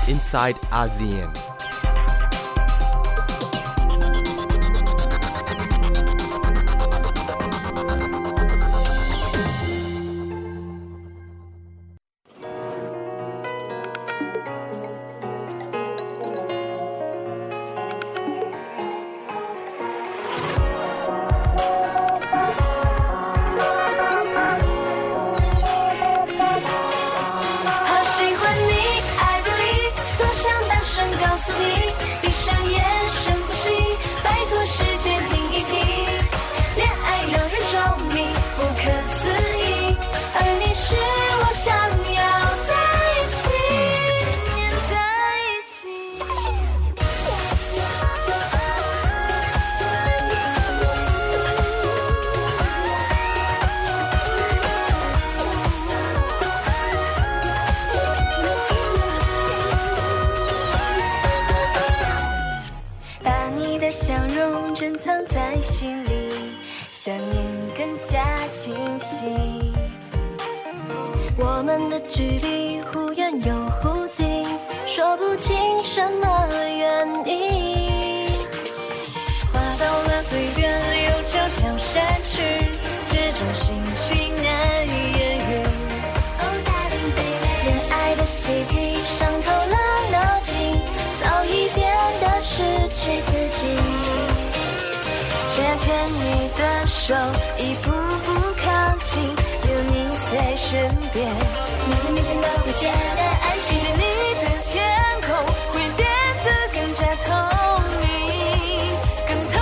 inside ASEAN 笑容珍藏在心里，想念更加清晰。我们的距离忽远又忽近，说不清什么原因。话到了嘴边又悄悄散去，这种心情难以言喻。Oh darling baby， 恋爱的习题伤透了脑筋，早已变得失去自己。牵牵你的手，一步步靠近，有你在身边，每天每天都会觉得安心。遇见你的天空会变得更加透明，更透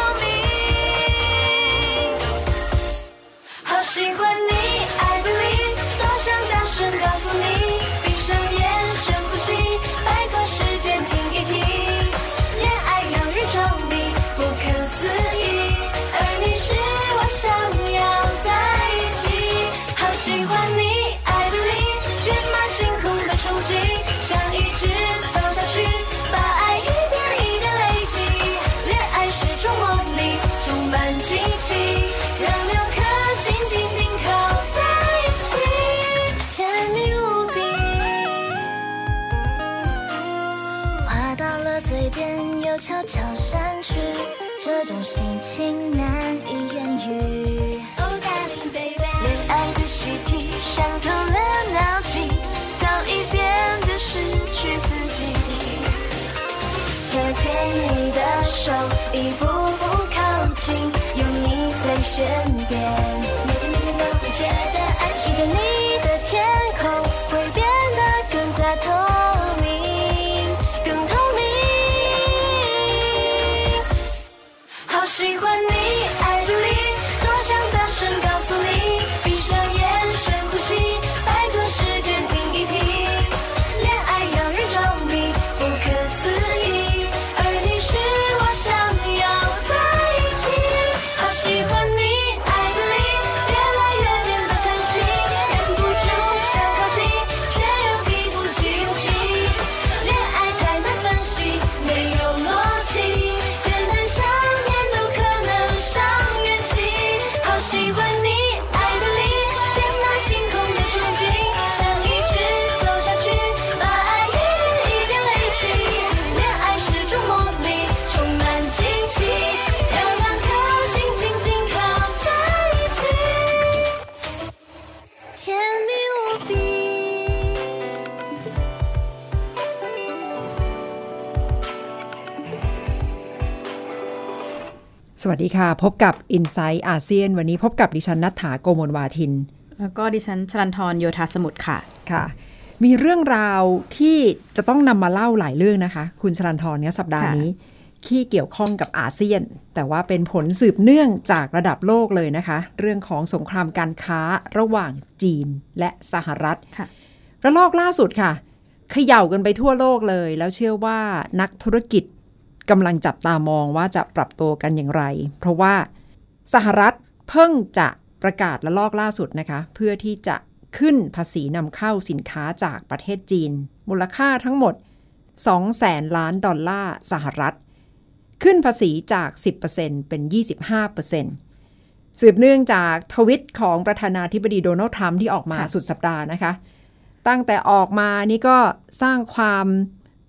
明。好喜欢你爱的力，多想大声告诉你，闭上眼深呼吸，拜托时间停一停。恋爱让人着迷，不可思议，而你是我想要在一起。好喜欢你爱的力，天马行空的冲击，想一直走下去，把爱一点一点累积。恋爱是种魔力，充满惊喜，让两颗心紧紧靠在一起，甜蜜无比。话到了嘴边又悄悄散去，这种心情难以言喻。Oh darling baby， 恋爱的习题伤透了脑筋，早已变得失去自己。牵牵你的手，一步步靠近，有你在身边，每天每天都会觉得安心。遇见你的天空会变得更加透明，更透明。好喜欢你爱的力，多想大声告诉你，闭上眼深呼吸，拜托时间停一停。恋爱让人着迷，不可思议，而你是我想要在一起。好喜欢你爱的力，越来越变得贪心，忍不住想靠近，却又提不起勇气。恋爱太难分析，没有逻辑，简单想念都可能伤元气。好喜欢你爱的力，天马行空的憧憬，想一直走下去，把爱一点一点累积。恋爱是种魔力，充满惊喜，让两颗心紧紧靠在一起，甜蜜无比。 สวัสดีค่ะพบกับ Inside ASEAN วันนี้พบกับดิฉันณัฐฐา โกมลวาทินแล้วก็ดิฉันชลันทรโยธาสมุทรค่ะค่ะมีเรื่องราวที่จะต้องนำมาเล่าหลายเรื่องนะคะคุณชลันทรเนี่ยสัปดาห์นี้ที่เกี่ยวข้องกับอาเซียนแต่ว่าเป็นผลสืบเนื่องจากระดับโลกเลยนะคะเรื่องของสงครามการค้าระหว่างจีนและสหรัฐระลอกล่าสุดค่ะเขย่ากันไปทั่วโลกเลยแล้วเชื่อว่านักธุรกิจกำลังจับตามองว่าจะปรับตัวกันอย่างไรเพราะว่าสหรัฐเพิ่งจะประกาศระลอกล่าสุดนะคะเพื่อที่จะขึ้นภาษีนำเข้าสินค้าจากประเทศจีนมูลค่าทั้งหมด 200,000 ล้านดอลลาร์สหรัฐขึ้นภาษีจาก 10% เป็น 25% สืบเนื่องจากทวิตของประธานาธิบดีโดนัลด์ทรัมป์ที่ออกมาสุดสัปดาห์นะคะตั้งแต่ออกมานี่ก็สร้างความ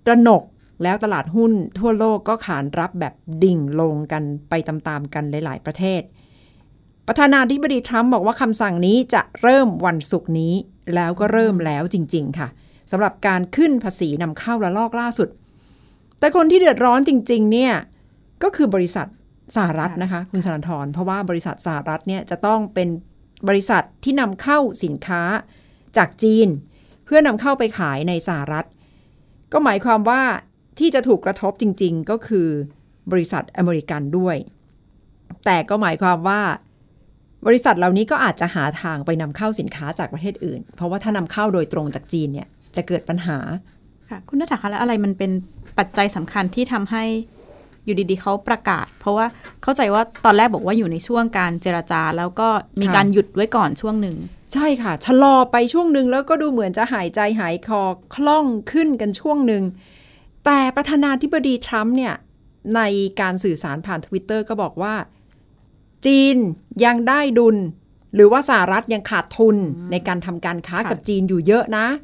ตระหนกแล้วตลาดหุ้นทั่วโลกก็ขานรับแบบดิ่งลงกันไปตามๆกันหลายๆประเทศประธานาธิบดีทรัมป์บอกว่าคำสั่งนี้จะเริ่มวันศุกร์นี้แล้วก็เริ่มแล้วจริงๆค่ะสำหรับการขึ้นภาษีนำเข้าระลอกล่าสุดแต่คนที่เดือดร้อนจริงๆเนี่ยก็คือบริษัทสหรัฐนะคะคุณสรัญธรเพราะว่าบริษัทสหรัฐเนี่ยจะต้องเป็นบริษัทที่นำเข้าสินค้าจากจีนเพื่อนำเข้าไปขายในสหรัฐก็หมายความว่าที่จะถูกกระทบจริงๆก็คือบริษัทอเมริกันด้วยแต่ก็หมายความว่าบริษัทเหล่านี้ก็อาจจะหาทางไปนำเข้าสินค้าจากประเทศอื่นเพราะว่าถ้านำเข้าโดยตรงจากจีนเนี่ยจะเกิดปัญหาค่ะคุณณฐาคะแล้วอะไรมันเป็นปัจจัยสำคัญที่ทำให้อยู่ดีๆเขาประกาศเพราะว่าเข้าใจว่าตอนแรกบอกว่าอยู่ในช่วงการเจรจาแล้วก็มีการหยุดไว้ก่อนช่วงหนึ่งใช่ค่ะชะลอไปช่วงหนึ่งแล้วก็ดูเหมือนจะหายใจหายคอคล่องขึ้นกันช่วงหนึ่งแต่ประธานาธิบดีทรัมป์เนี่ยในการสื่อสารผ่าน Twitter ก็บอกว่าจีนยังได้ดุลหรือว่าสหรัฐยังขาดทุนในการทำการค้ากับจีนอยู่เยอะนะ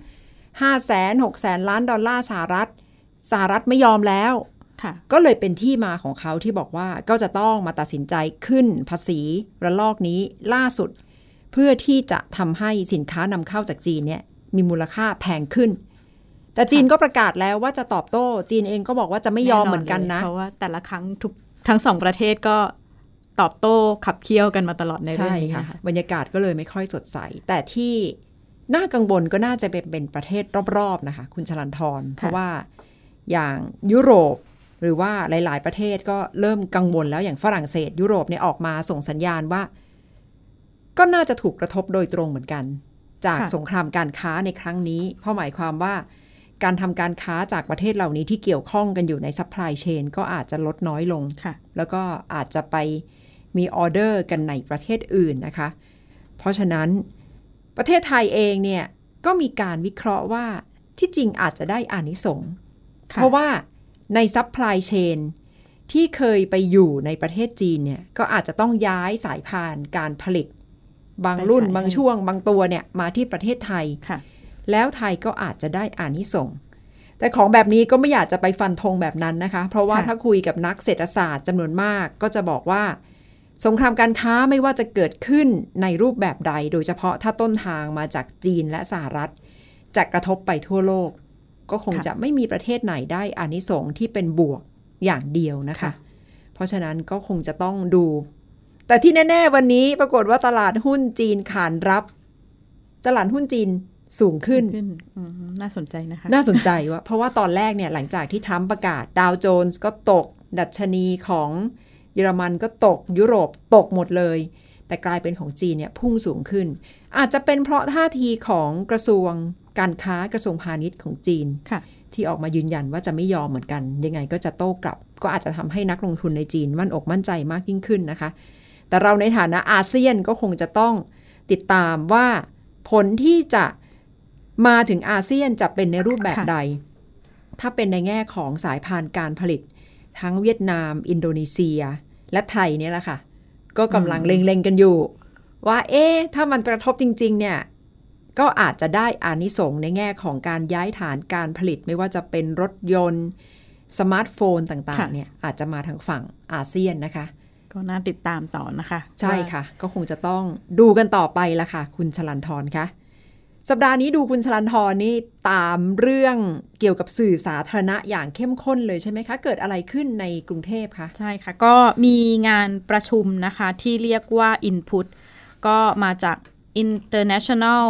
500-600 ล้านดอลลาร์สหรัฐไม่ยอมแล้วก็เลยเป็นที่มาของเขาที่บอกว่าก็จะต้องมาตัดสินใจขึ้นภาษีระลอกนี้ล่าสุดเพื่อที่จะทำให้สินค้านำเข้าจากจีนเนี่ยมีมูลค่าแพงขึ้นแต่จีนก็ประกาศแล้วว่าจะตอบโต้จีนเองก็บอกว่าจะไม่ยอมเหมือนกันนะเพราะว่าแต่ละครั้งทั้งสองประเทศก็ตอบโต้ขับเคี่ยวกันมาตลอดในเรื่องนี้ค่ะบรรยากาศก็เลยไม่ค่อยสดใสแต่ที่น่ากังวลก็น่าจะเป็นประเทศรอบๆนะคะคุณชลันทรเพราะว่าอย่างยุโรปหรือว่าหลายๆประเทศก็เริ่มกังวลแล้วอย่างฝรั่งเศสยุโรปเนี่ยออกมาส่งสัญญาณว่าก็น่าจะถูกกระทบโดยตรงเหมือนกันจากสงครามการค้าในครั้งนี้เพราะหมายความว่าการทำการค้าจากประเทศเหล่านี้ที่เกี่ยวข้องกันอยู่ในซัพพลายเชนก็อาจจะลดน้อยลงแล้วก็อาจจะไปมีออเดอร์กันในประเทศอื่นนะคะเพราะฉะนั้นประเทศไทยเองเนี่ยก็มีการวิเคราะห์ว่าที่จริงอาจจะได้อานิสงส์เพราะว่าในซัพพลายเชนที่เคยไปอยู่ในประเทศจีนเนี่ยก็อาจจะต้องย้ายสายพานการผลิตบางรุ่นบางช่วงบางตัวเนี่ยมาที่ประเทศไทยแล้วไทยก็อาจจะได้อานิสงส์แต่ของแบบนี้ก็ไม่อยากจะไปฟันธงแบบนั้นนะคะเพราะว่าถ้าคุยกับนักเศรษฐศาสตร์จำนวนมากก็จะบอกว่าสงครามการค้าไม่ว่าจะเกิดขึ้นในรูปแบบใดโดยเฉพาะถ้าต้นทางมาจากจีนและสหรัฐจะกระทบไปทั่วโลกก็คงจะไม่มีประเทศไหนได้อานิสงส์ที่เป็นบวกอย่างเดียวนะคะเพราะฉะนั้นก็คงจะต้องดูแต่ที่แน่ๆวันนี้ปรากฏว่าตลาดหุ้นจีนขานรับตลาดหุ้นจีนสูงขึ้นน่าสนใจนะคะน่าสนใจว่าเพราะว่าตอนแรกเนี่ยหลังจากที่ทรัมป์ประกาศดาวโจนส์ก็ตกดัชนีของเยอรมันก็ตกยุโรปตกหมดเลยแต่กลายเป็นของจีนเนี่ยพุ่งสูงขึ้นอาจจะเป็นเพราะท่าทีของกระทรวงการค้ากระทรวงพาณิชย์ของจีนที่ออกมายืนยันว่าจะไม่ยอมเหมือนกันยังไงก็จะโต้กลับก็อาจจะทำให้นักลงทุนในจีนมั่นอกมั่นใจมากยิ่งขึ้นนะคะแต่เราในฐานะอาเซียนก็คงจะต้องติดตามว่าผลที่จะมาถึงอาเซียนจะเป็นในรูปแบบใดถ้าเป็นในแง่ของสายพานการผลิตทั้งเวียดนามอินโดนีเซียและไทยเนี่ยแหละค่ะก็กำลังเล็งๆกันอยู่ว่าถ้ามันกระทบจริงๆเนี่ยก็อาจจะได้อานิสงส์ในแง่ของการย้ายฐานการผลิตไม่ว่าจะเป็นรถยนต์สมาร์ทโฟนต่างๆเนี่ยอาจจะมาทางฝั่งอาเซียนนะคะก็น่าติดตามต่อนะคะใช่ค่ะก็คงจะต้องดูกันต่อไปละค่ะคุณชลันทรคะสัปดาห์นี้ดูคุณชลันทรนี่ตามเรื่องเกี่ยวกับสื่อสาธารณะอย่างเข้มข้นเลยใช่ไหมคะเกิดอะไรขึ้นในกรุงเทพคะใช่ค่ะก็มีงานประชุมนะคะที่เรียกว่า Input ก็มาจาก International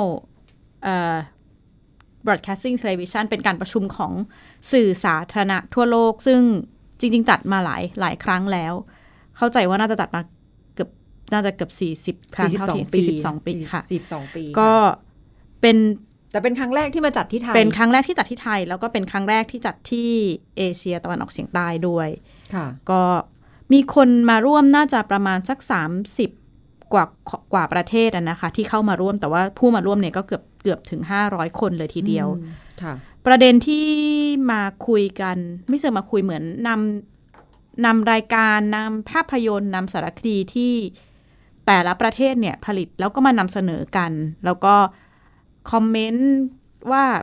Broadcasting Television เป็นการประชุมของสื่อสาธารณะทั่วโลกซึ่งจริงๆจัดมาหลายครั้งแล้วเข้าใจว่าน่าจะจัดมาน่าจะเกือบ40ครั้ง42 ปีค่ะ 42 ปีก็แต่เป็นครั้งแรกที่มาจัดที่ไทยเป็นครั้งแรกที่จัดที่ไทยแล้วก็เป็นครั้งแรกที่จัดที่เอเชียตะวันออกเฉียงใต้ด้วยก็มีคนมาร่วมน่าจะประมาณสัก30กว่าประเทศนะคะที่เข้ามาร่วมแต่ว่าผู้มาร่วมเนี่ยก็เกือบถึง500คนเลยทีเดียวประเด็นที่มาคุยกันไม่ใช่มาคุยเหมือนนำรายการนำภาพยนตร์นำสารคดีที่แต่ละประเทศเนี่ยผลิตแล้วก็มานำเสนอกันแล้วก็คอมเมนต์ว่า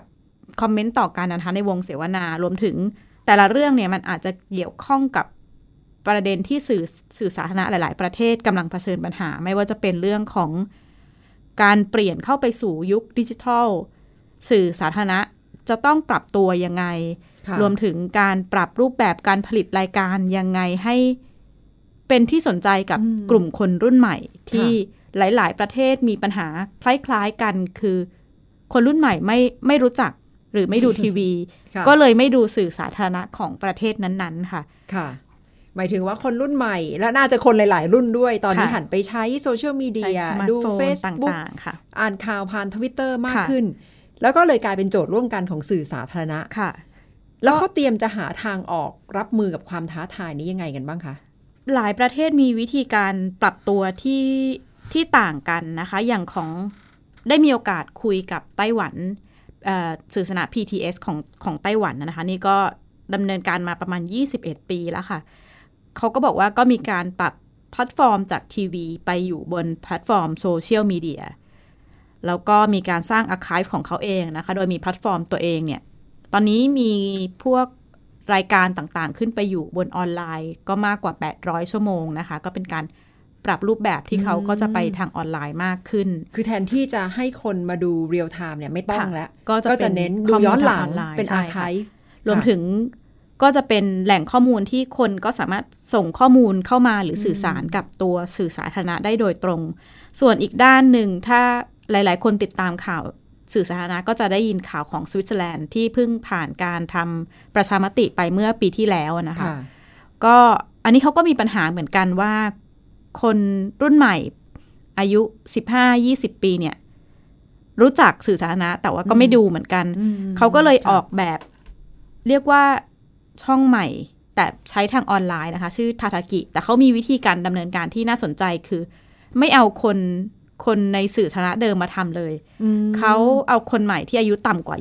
คอมเมนต์ต่อกันนะคะในวงเสวนารวมถึงแต่ละเรื่องเนี่ยมันอาจจะเกี่ยวข้องกับประเด็นที่สื่อสาธารณะหลายๆประเทศกำลังเผชิญปัญหาไม่ว่าจะเป็นเรื่องของการเปลี่ยนเข้าไปสู่ยุคดิจิทัลสื่อสาธารณะจะต้องปรับตัวยังไงรวมถึงการปรับรูปแบบการผลิตรายการยังไงให้เป็นที่สนใจกับกลุ่มคนรุ่นใหม่ที่หลายๆประเทศมีปัญหาคล้ายๆกันคือคนรุ่นใหม่ไม่รู้จักหรือไม่ดูทีวี ก็เลยไม่ดูสื่อสาธารณะของประเทศนั้นๆค่ะค่ะหมายถึงว่าคนรุ่นใหม่และน่าจะคนหลายๆรุ่นด้วยตอนนี้หันไปใช้โซเชียลมีเดียดู Facebook อ่านข่าวผ่าน Twitter มากขึ้นแล้วก็เลยกลายเป็นโจทย์ร่วมกันของสื่อสาธารณะค่ะแล้วเขาเตรียมจะหาทางออกรับมือกับความท้าทายนี้ยังไงกันบ้างคะหลายประเทศมีวิธีการปรับตัวที่ต่างกันนะคะอย่างของได้มีโอกาสคุยกับไต้หวันสื่อสาร PTS ของไต้หวันนะคะนี่ก็ดำเนินการมาประมาณ21ปีแล้วค่ะเขาก็บอกว่าก็มีการปรับแพลตฟอร์มจากทีวีไปอยู่บนแพลตฟอร์มโซเชียลมีเดียแล้วก็มีการสร้างอาร์ไคฟ์ของเขาเองนะคะโดยมีแพลตฟอร์มตัวเองเนี่ยตอนนี้มีพวกรายการต่างๆขึ้นไปอยู่บนออนไลน์ก็มากกว่า800ชั่วโมงนะคะก็เป็นการปรับรูปแบบที่เขาก็จะไปทางออนไลน์มากขึ้นคือแทนที่จะให้คนมาดูเรียลไทม์เนี่ยไม่ต้องแล้วก็จะเน้นดูย้อนหลังเป็นอาร์ไคฟ์รวมถึงก็จะเป็นแหล่งข้อมูลที่คนก็สามารถส่งข้อมูลเข้ามาหรือสื่อสารกับตัวสื่อสาธารณะได้โดยตรงส่วนอีกด้านหนึ่งถ้าหลายๆคนติดตามข่าวสื่อสาธารณะก็จะได้ยินข่าวของสวิตเซอร์แลนด์ที่เพิ่งผ่านการทำประชามติไปเมื่อปีที่แล้วนะคะก็อันนี้เขาก็มีปัญหาเหมือนกันว่าคนรุ่นใหม่อายุ 15-20 ปีเนี่ยรู้จักสื่อสาธารณะแต่ว่าก็ไม่ดูเหมือนกันเขาก็เลยออกแบบเรียกว่าช่องใหม่แต่ใช้ทางออนไลน์นะคะชื่อทาทากิแต่เขามีวิธีการดำเนินการที่น่าสนใจคือไม่เอาคนในสื่อสาธารณะเดิมมาทำเลยเขาเอาคนใหม่ที่อายุต่ำกว่า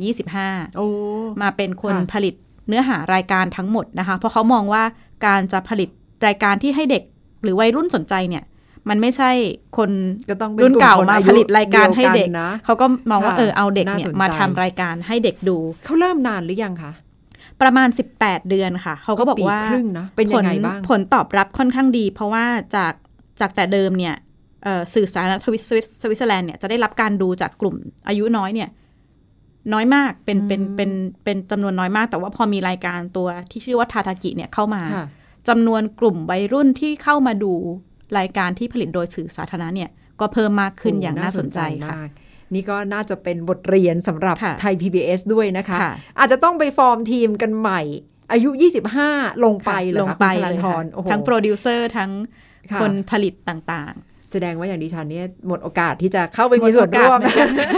25มาเป็นคนผลิตเนื้อหารายการทั้งหมดนะคะเพราะเขามองว่าการจะผลิตรายการที่ให้เด็กหรือวัยรุ่นสนใจเนี่ยมันไม่ใช่คนรุ่นเก่ามาผลิตรายการให้เด็กเขาก็มองว่าเอาเด็กเนี่ยมาทำรายการให้เด็กดูเขาเริ่มนานหรือยังคะประมาณ18เดือนค่ะเขาก็บอกว่าเป็นยังไงบ้างผลตอบรับค่อนข้างดีเพราะว่าจากแต่เดิมเนี่ยสื่อสาธารณะสวิตเซอร์แลนด์เนี่ยจะได้รับการดูจากกลุ่มอายุน้อยเนี่ยน้อยมากเป็นจำนวนน้อยมากแต่ว่าพอมีรายการตัวที่ชื่อว่าทาทากิเนี่ยเข้ามาจำนวนกลุ่มวัยรุ่นที่เข้ามาดูรายการที่ผลิตโดยสื่อสาธารณะเนี่ยก็เพิ่มมากขึ้นอย่างน่าสนใจค่ะนี่ก็น่าจะเป็นบทเรียนสำหรับไทย PBS ด้วยนะคะอาจจะต้องไปฟอร์มทีมกันใหม่อายุ25ลงไปเหรอคะคุณชลันทรทั้งโปรดิวเซอร์ทั้งคนผลิตต่างๆแสดงว่าอย่างดิฉันเนี่ยหมดโอกาสที่จะเข้าไปมีส่วนร่วม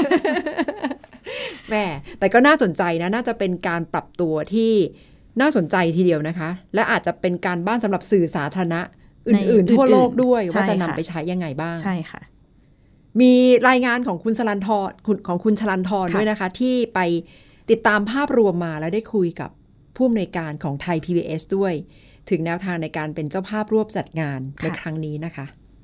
แม่แต่ก็น่าสนใจนะน่าจะเป็นการปรับตัวที่น่าสนใจทีเดียวนะคะและอาจจะเป็นการบ้านสำหรับสื่อสาธารณะอื่นๆทั่วโลกด้วยว่าจะนำไปใช้ยังไงบ้างใช่ค่ะมีรายงานของคุณชลันทรของคุณชลันทรด้วยนะคะที่ไปติดตามภาพรวมมาแล้วได้คุยกับผู้อำนวยการของไทย PBS ด้วยถึงแนวทางในการเป็นเจ้าภาพร่วมจัดงานในครั้งนี้นะคะ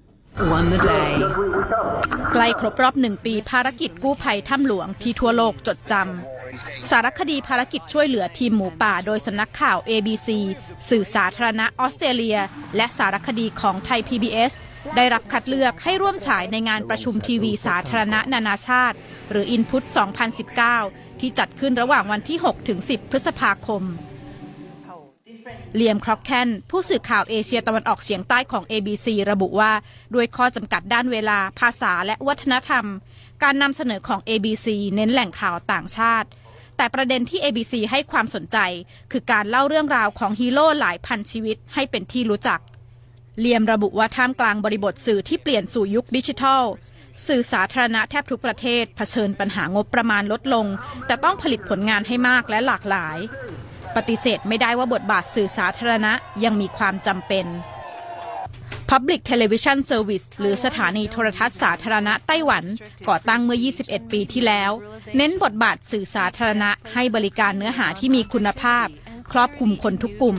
ใกล้ครบรอบ1 ปีภารกิจกู้ภัยถ้ำหลวงที่ทั่วโลกจดจำสารคดีภารกิจช่วยเหลือทีมหมูป่าโดยสำนักข่าว ABC สื่อสาธารณะออสเตรเลียและสารคดีของไทย PBS ได้รับคัดเลือกให้ร่วมฉายในงานประชุมทีวีสาธารณะนานาชาติหรือ Input 2019 ที่จัดขึ้นระหว่างวันที่ 6-10 พฤษภาคมเลียมคร็อกแคนผู้สื่อข่าวเอเชียตะวันออกเฉียงใต้ของ ABC ระบุว่าด้วยข้อจำกัดด้านเวลาภาษาและวัฒนธรรมการนำเสนอของ ABC เน้นแหล่งข่าวต่างชาติแต่ประเด็นที่ ABC ให้ความสนใจคือการเล่าเรื่องราวของฮีโร่หลายพันชีวิตให้เป็นที่รู้จักเลียมระบุว่าท่ามกลางบริบทสื่อที่เปลี่ยนสู่ยุคดิจิทัลสื่อสาธารณะแทบทุกประเทศเผชิญปัญหางบประมาณลดลงแต่ต้องผลิตผลงานให้มากและหลากหลายปฏิเสธไม่ได้ว่าบทบาทสื่อสาธารณะยังมีความจำเป็น Public Television Service หรือสถานีโทรทัศน์สาธารณะไต้หวันก่อตั้งเมื่อ21ปีที่แล้วเน้นบทบาทสื่อสาธารณะให้บริการเนื้อหาที่มีคุณภาพครอบคลุมคนทุกกลุ่ม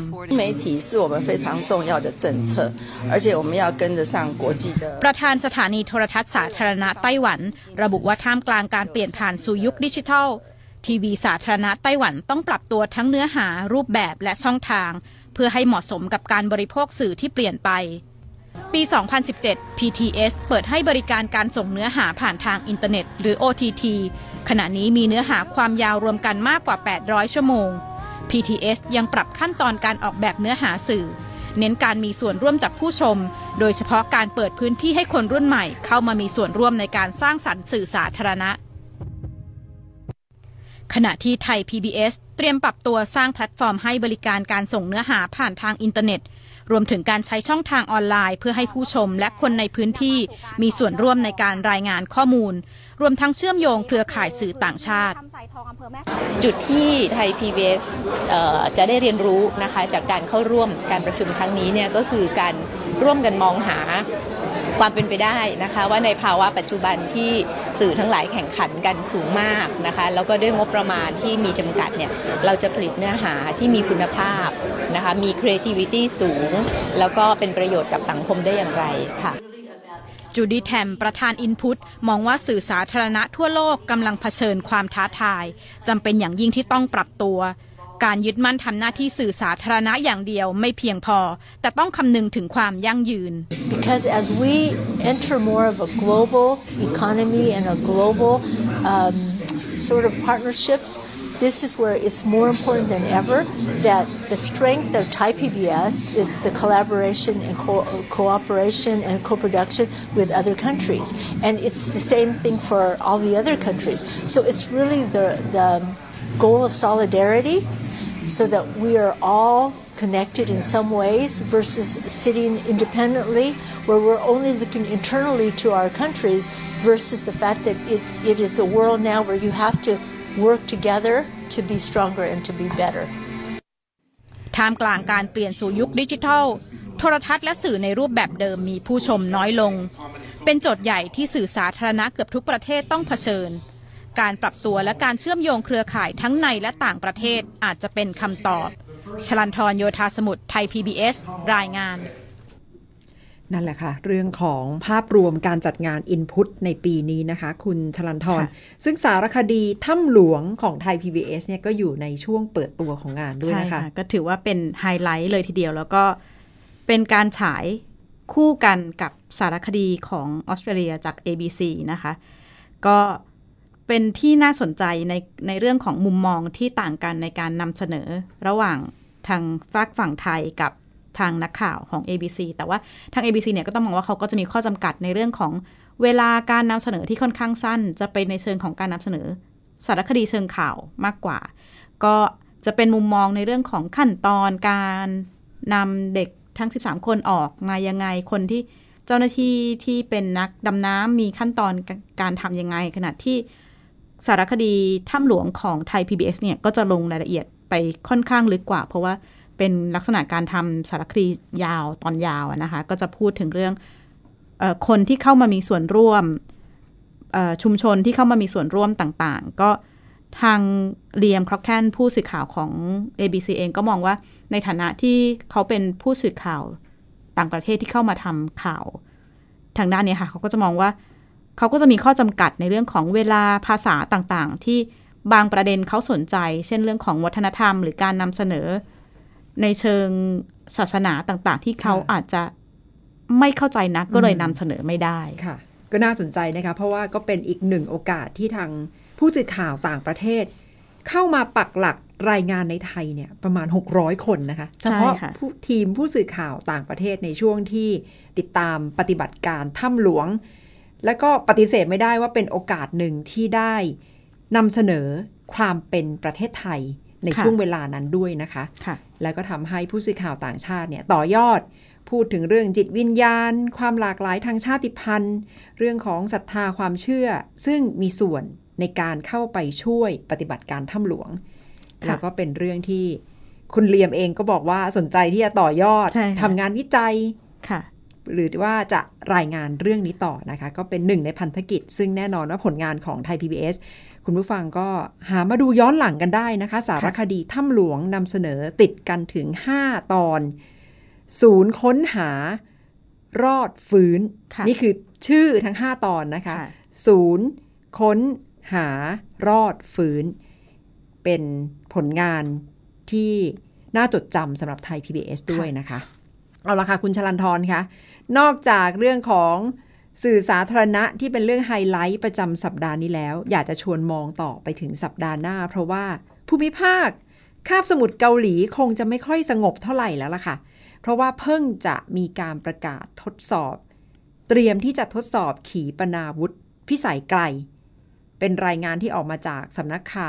ประธานสถานีโทรทัศน์สาธารณะไต้หวันระบุว่าท่ามกลางการเปลี่ยนผ่านสู่ยุคดิจิทัลทีวีสาธารณะไต้หวันต้องปรับตัวทั้งเนื้อหารูปแบบและช่องทางเพื่อให้เหมาะสมกับการบริโภคสื่อที่เปลี่ยนไปปี 2017 PTS เปิดให้บริการการส่งเนื้อหาผ่านทางอินเทอร์เน็ตหรือ OTT ขณะนี้มีเนื้อหาความยาวรวมกันมากกว่า800ชั่วโมง PTS ยังปรับขั้นตอนการออกแบบเนื้อหาสื่อเน้นการมีส่วนร่วมจากผู้ชมโดยเฉพาะการเปิดพื้นที่ให้คนรุ่นใหม่เข้ามามีส่วนร่วมในการสร้างสรรค์สื่อสาธารณะขณะที่ไทย PBS เตรียมปรับตัวสร้างแพลตฟอร์มให้บริการการส่งเนื้อหาผ่านทางอินเทอร์เน็ตรวมถึงการใช้ช่องทางออนไลน์เพื่อให้ผู้ชมและคนในพื้นที่มีส่วนร่วมในการรายงานข้อมูลรวมทั้งเชื่อมโยงเครือข่ายสื่อต่างชาติจุดที่ไทย PBS จะได้เรียนรู้นะคะจากการเข้าร่วมการประชุมครั้งนี้เนี่ยก็คือการร่วมกันมองหาความเป็นไปได้นะคะว่าในภาวะปัจจุบันที่สื่อทั้งหลายแข่งขันกันสูงมากนะคะแล้วก็ด้วยงบประมาณที่มีจำกัดเนี่ยเราจะผลิตเนื้อหาที่มีคุณภาพนะคะมี creativity สูงแล้วก็เป็นประโยชน์กับสังคมได้อย่างไรค่ะจูดี้แทมประธาน Input มองว่าสื่อสาธารณะทั่วโลกกำลังเผชิญความท้าทายจำเป็นอย่างยิ่งที่ต้องปรับตัวการยึดมั่นทำหน้าที่สื่อสาธารณะอย่างเดียวไม่เพียงพอแต่ต้องคำนึงถึงความยั่งยืน Because as we enter more of a global economy and a global sort of partnerships, this is where it's more important than ever that the strength of Thai PBS is the collaboration and cooperation and co-production with other countries. And it's the same thing for all the other countries. So it's really the goal of solidarity so that we are all connected in some ways versus sitting independently where we're only looking internally to our countries versus the fact that it is a world now where you have to work together to be stronger and to be better. ท่ามกลางการเปลี่ยนสู่ยุคดิจิทัลโทรทัศน์และสื่อในรูปแบบเดิมมีผู้ชมน้อยลงเป็นโจทย์ใหญ่ที่สื่อสาธารณะเกือบทุกประเทศต้องเผชิญการปรับตัวและการเชื่อมโยงเครือข่ายทั้งในและต่างประเทศอาจจะเป็นคำตอบชลันทรโยธาสมุทรไทย PBS รายงานนั่นแหละค่ะเรื่องของภาพรวมการจัดงาน Input ในปีนี้นะคะคุณชลันทรซึ่งสารคดีถ้ำหลวงของไทย PBS เนี่ยก็อยู่ในช่วงเปิดตัวของงานด้วยนะคะก็ถือว่าเป็นไฮไลท์เลยทีเดียวแล้วก็เป็นการฉายคู่กันกับสารคดีของออสเตรเลียจาก ABC นะคะก็เป็นที่น่าสนใจในเรื่องของมุมมองที่ต่างกันในการนำเสนอระหว่างทางฝั่งไทยกับทางนักข่าวของ ABC แต่ว่าทาง ABC เนี่ยก็ต้องมองว่าเขาก็จะมีข้อจำกัดในเรื่องของเวลาการนำเสนอที่ค่อนข้างสั้นจะไปในเชิงของการนำเสนอสารคดีเชิงข่าวมากกว่าก็จะเป็นมุมมองในเรื่องของขั้นตอนการนำเด็กทั้ง13คนออกมายังไงคนที่เจ้าหน้าที่ที่เป็นนักดำน้ำมีขั้นตอนการทำยังไงขณะที่สารคดีถ้ำหลวงของไทย PBS เนี่ยก็จะลงรายละเอียดไปค่อนข้างลึกกว่าเพราะว่าเป็นลักษณะการทำสารคดียาวตอนยาวนะคะก็จะพูดถึงเรื่องคนที่เข้ามามีส่วนร่วมชุมชนที่เข้ามามีส่วนร่วมต่างๆก็ทางเลียมคร็อกแคนผู้สื่อข่าวของ ABC เองก็มองว่าในฐานะที่เขาเป็นผู้สื่อข่าวต่างประเทศที่เข้ามาทำข่าวทางด้านนี้ค่ะเขาก็จะมองว่าเขาก็จะมีข้อจำกัดในเรื่องของเวลาภาษาต่างๆที่บางประเด็นเขาสนใจเช่นเรื่องของวัฒนธรรมหรือการนำเสนอในเชิงศาสนาต่างๆที่เขาอาจจะไม่เข้าใจนักก็เลยนำเสนอไม่ได้ค่ะก็น่าสนใจนะคะเพราะว่าก็เป็นอีกหนึ่งโอกาสที่ทางผู้สื่อข่าวต่างประเทศเข้ามาปักหลักรายงานในไทยเนี่ยประมาณ600คนนะคะเฉพาะทีมผู้สื่อข่าวต่างประเทศในช่วงที่ติดตามปฏิบัติการถ้ำหลวงและก็ปฏิเสธไม่ได้ว่าเป็นโอกาสหนึ่งที่ได้นำเสนอความเป็นประเทศไทยในช่วงเวลานั้นด้วยนะคะแล้วก็ทำให้ผู้สื่อข่าวต่างชาติเนี่ยต่อยอดพูดถึงเรื่องจิตวิญญาณความหลากหลายทางชาติพันธุ์เรื่องของศรัทธาความเชื่อซึ่งมีส่วนในการเข้าไปช่วยปฏิบัติการถ้ำหลวงแล้วก็เป็นเรื่องที่คุณเลียมเองก็บอกว่าสนใจที่จะต่อยอดทำงานวิจัยหรือว่าจะรายงานเรื่องนี้ต่อนะคะก็เป็นหนึ่งในพันธกิจซึ่งแน่นอนว่าผลงานของไทย PBS คุณผู้ฟังก็หามาดูย้อนหลังกันได้นะคะสารคดีถ้ำหลวงนำเสนอติดกันถึง5ตอนศูนย์ค้นหารอดฟื้นนี่คือชื่อทั้ง5ตอนนะคะศูนย์ค้นหารอดฟื้นเป็นผลงานที่น่าจดจำสำหรับไทย PBS ด้วยนะคะเอาละค่ะคุณชลันทรคะนอกจากเรื่องของสื่อสาธารณะที่เป็นเรื่องไฮไลท์ประจำสัปดาห์นี้แล้วอยากจะชวนมองต่อไปถึงสัปดาห์หน้าเพราะว่าภูมิภาคคาบสมุทรเกาหลีคงจะไม่ค่อยสงบเท่าไหร่แล้วล่ะค่ะเพราะว่าเพิ่งจะมีการประกาศทดสอบเตรียมที่จะทดสอบขีปนาวุธพิสัยไกลเป็นรายงานที่ออกมาจากสำนักข่าว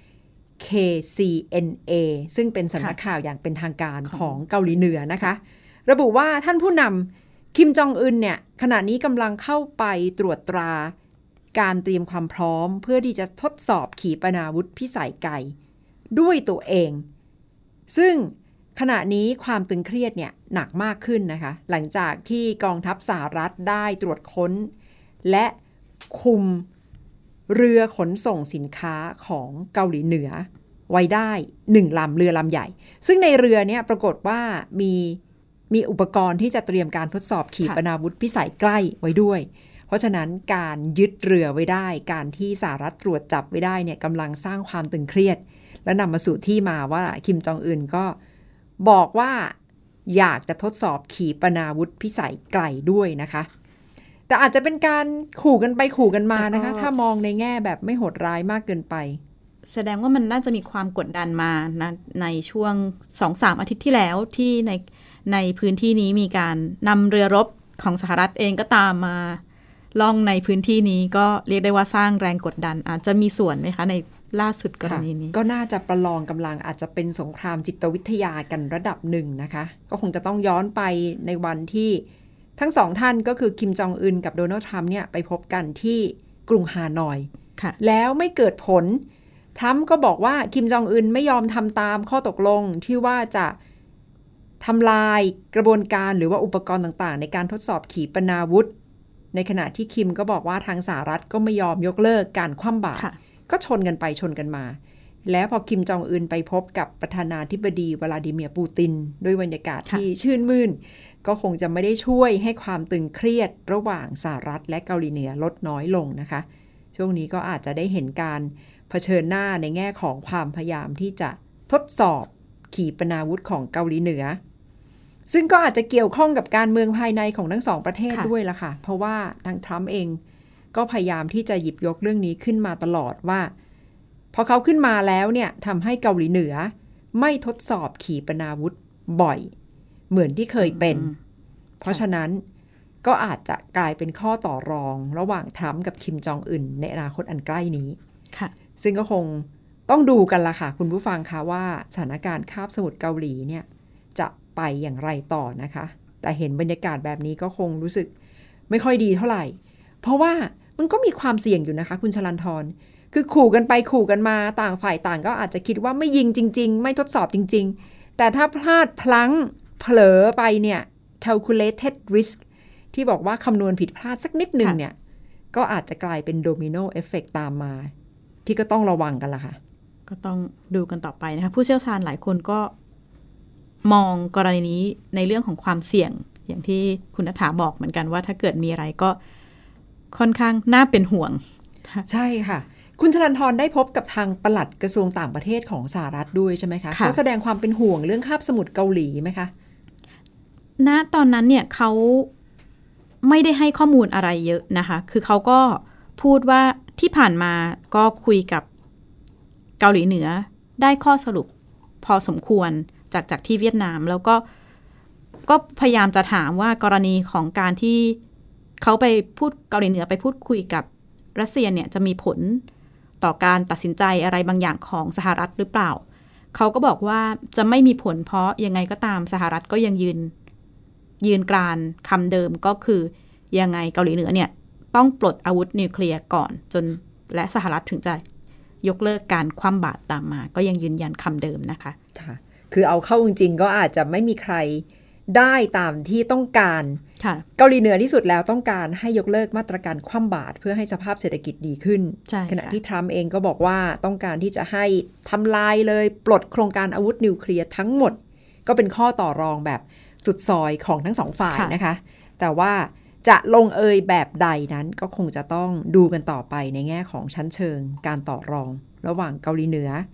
KCNA ซึ่งเป็นสำนักข่าวอย่างเป็นทางการของเกาหลีเหนือนะคะระบุว่าท่านผู้นำคิมจองอึนเนี่ยขณะนี้กำลังเข้าไปตรวจตราการเตรียมความพร้อมเพื่อที่จะทดสอบขีปนาวุธพิสัยไกลด้วยตัวเองซึ่งขณะนี้ความตึงเครียดเนี่ยหนักมากขึ้นนะคะหลังจากที่กองทัพสหรัฐได้ตรวจค้นและคุมเรือขนส่งสินค้าของเกาหลีเหนือไว้ได้1ลำเรือลำใหญ่ซึ่งในเรือเนี่ยปรากฏว่ามีอุปกรณ์ที่จะเตรียมการทดสอบขีปนาวุธพิสัยใกล้ไว้ด้วยเพราะฉะนั้นการยึดเรือไว้ได้การที่สหรัฐตรวจจับไว้ได้เนี่ยกำลังสร้างความตึงเครียดและนำมาสู่ที่มาว่าคิมจองอึนก็บอกว่าอยากจะทดสอบขีปนาวุธพิสัยไกลด้วยนะคะแต่อาจจะเป็นการขู่กันไปขู่กันมานะคะถ้ามองในแง่แบบไม่โหดร้ายมากเกินไปแสดงว่ามันน่าจะมีความกดดันมานะในช่วง 2-3 อาทิตย์ที่แล้วที่ในพื้นที่นี้มีการนำเรือรบของสหรัฐเองก็ตามมาล่องในพื้นที่นี้ก็เรียกได้ว่าสร้างแรงกดดันอาจจะมีส่วนไหมคะในล่าสุดกรณีนี้ก็น่าจะประลองกำลังอาจจะเป็นสงครามจิตวิทยากันระดับหนึ่งนะคะก็คงจะต้องย้อนไปในวันที่ทั้งสองท่านก็คือคิมจองอึนกับโดนัลด์ทรัมป์เนี่ยไปพบกันที่กรุงฮานอยแล้วไม่เกิดผลทรัมป์ก็บอกว่าคิมจองอึนไม่ยอมทำตามข้อตกลงที่ว่าจะทำลายกระบวนการหรือว่าอุปกรณ์ต่างๆในการทดสอบขีปนาวุธในขณะที่คิมก็บอกว่าทางสหรัฐก็ไม่ยอมยกเลิกการคว่ำบาตรก็ชนกันไปชนกันมาแล้วพอคิมจองอึนไปพบกับประธานาธิบดีวลาดิเมียร์ปูตินด้วยบรรยากาศที่ชื่นมื่นก็คงจะไม่ได้ช่วยให้ความตึงเครียดระหว่างสหรัฐและเกาหลีเหนือลดน้อยลงนะคะช่วงนี้ก็อาจจะได้เห็นการเผชิญหน้าในแง่ของความพยายามที่จะทดสอบขีปนาวุธของเกาหลีเหนือซึ่งก็อาจจะเกี่ยวข้องกับการเมืองภายในของทั้งสองประเทศด้วยล่ะค่ะเพราะว่าทางทรัมป์เองก็พยายามที่จะหยิบยกเรื่องนี้ขึ้นมาตลอดว่าพอเขาขึ้นมาแล้วเนี่ยทำให้เกาหลีเหนือไม่ทดสอบขีปนาวุธบ่อยเหมือนที่เคยเป็นเพราะฉะนั้นก็อาจจะกลายเป็นข้อต่อรองระหว่างทรัมป์กับคิมจองอึนในอนาคตอันใกล้นี้ซึ่งก็คงต้องดูกันละค่ะคุณผู้ฟังคะว่าสถานการณ์คาบสมุทรเกาหลีเนี่ยจะไปอย่างไรต่อนะคะแต่เห็นบรรยากาศแบบนี้ก็คงรู้สึกไม่ค่อยดีเท่าไหร่เพราะว่ามันก็มีความเสี่ยงอยู่นะคะคุณชลันทรคือขู่กันไปขู่กันมาต่างฝ่ายต่างก็อาจจะคิดว่าไม่ยิงจริงๆไม่ทดสอบจริงๆแต่ถ้าพลาดพลั้งเผลอไปเนี่ย calculated risk ที่บอกว่าคำนวณผิดพลาดสักนิดหนึ่งเนี่ยก็อาจจะกลายเป็นโดมิโนเอฟเฟกต์ตามมาที่ก็ต้องระวังกันล่ะค่ะก็ต้องดูกันต่อไปนะคะผู้เชี่ยวชาญหลายคนก็มองกรณีนี้ในเรื่องของความเสี่ยงอย่างที่คุณณฐาบอกเหมือนกันว่าถ้าเกิดมีอะไรก็ค่อนข้างน่าเป็นห่วงใช่ค่ะคุณชลันทรได้พบกับทางปลัดกระทรวงต่างประเทศของสหรัฐด้วยใช่ไหมคะเขาแสดงความเป็นห่วงเรื่องคาบสมุทรเกาหลีไหมคะณตอนนั้นเนี่ยเขาไม่ได้ให้ข้อมูลอะไรเยอะนะคะคือเขาก็พูดว่าที่ผ่านมาก็คุยกับเกาหลีเหนือได้ข้อสรุปพอสมควรจากที่เวียดนามแล้วก็พยายามจะถามว่ากรณีของการที่เขาไปพูดเกาหลีเหนือไปพูดคุยกับรัสเซียเนี่ยจะมีผลต่อการตัดสินใจอะไรบางอย่างของสหรัฐหรือเปล่าเขาก็บอกว่าจะไม่มีผลเพราะยังไงก็ตามสหรัฐก็ยังยืนกรานคำเดิมก็คือยังไงเกาหลีเหนือเนี่ยต้องปลดอาวุธนิวเคลียร์ก่อนจนและสหรัฐถึงจะยกเลิกการคว่ำบาตรตามมาก็ยังยืนยันคำเดิมนะคะคือเอาเข้าจริงๆก็อาจจะไม่มีใครได้ตามที่ต้องการเกาหลีเหนือที่สุดแล้วต้องการให้ยกเลิกมาตรการคว่ำบาตรเพื่อให้สภาพเศรษฐกิจดีขึ้นขณะที่ทรัมป์เองก็บอกว่าต้องการที่จะให้ทำลายเลยปลดโครงการอาวุธนิวเคลียร์ทั้งหมดก็เป็นข้อต่อรองแบบสุดซอยของทั้งสองฝ่ายนะคะแต่ว่าจะลงเอยแบบใดนั้นก็คงจะต้องดูกันต่อไปในแง่ของชั้นเชิงการต่อรองระหว่างเกาหลีเหนือ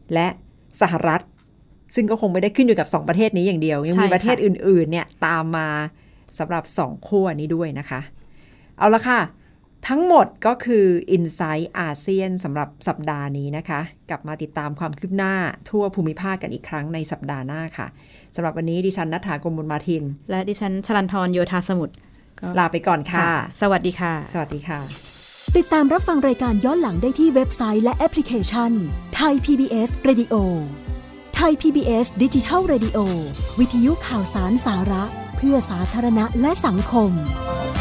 และสหรัฐซึ่งก็คงไม่ได้ขึ้นอยู่กับ2ประเทศนี้อย่างเดียวยังมีประเทศอื่นๆเนี่ยตามมาสำหรับ2ขั้วนี้ด้วยนะคะเอาละค่ะทั้งหมดก็คือ Insight อาเซียนสำหรับสัปดาห์นี้นะคะกลับมาติดตามความคืบหน้าทั่วภูมิภาคกันอีกครั้งในสัปดาห์หน้าค่ะสำหรับวันนี้ดิฉันณัฐฐากมลมาทินและดิฉันชลันทรโยธาสมุทรลาไปก่อนค่ะสวัสดีค่ะสวัสดีค่ะติดตามรับฟังรายการย้อนหลังได้ที่เว็บไซต์และแอปพลิเคชัน Thai PBS Radio Thai PBS Digital Radio วิทยุข่าวสารสาระเพื่อสาธารณะและสังคม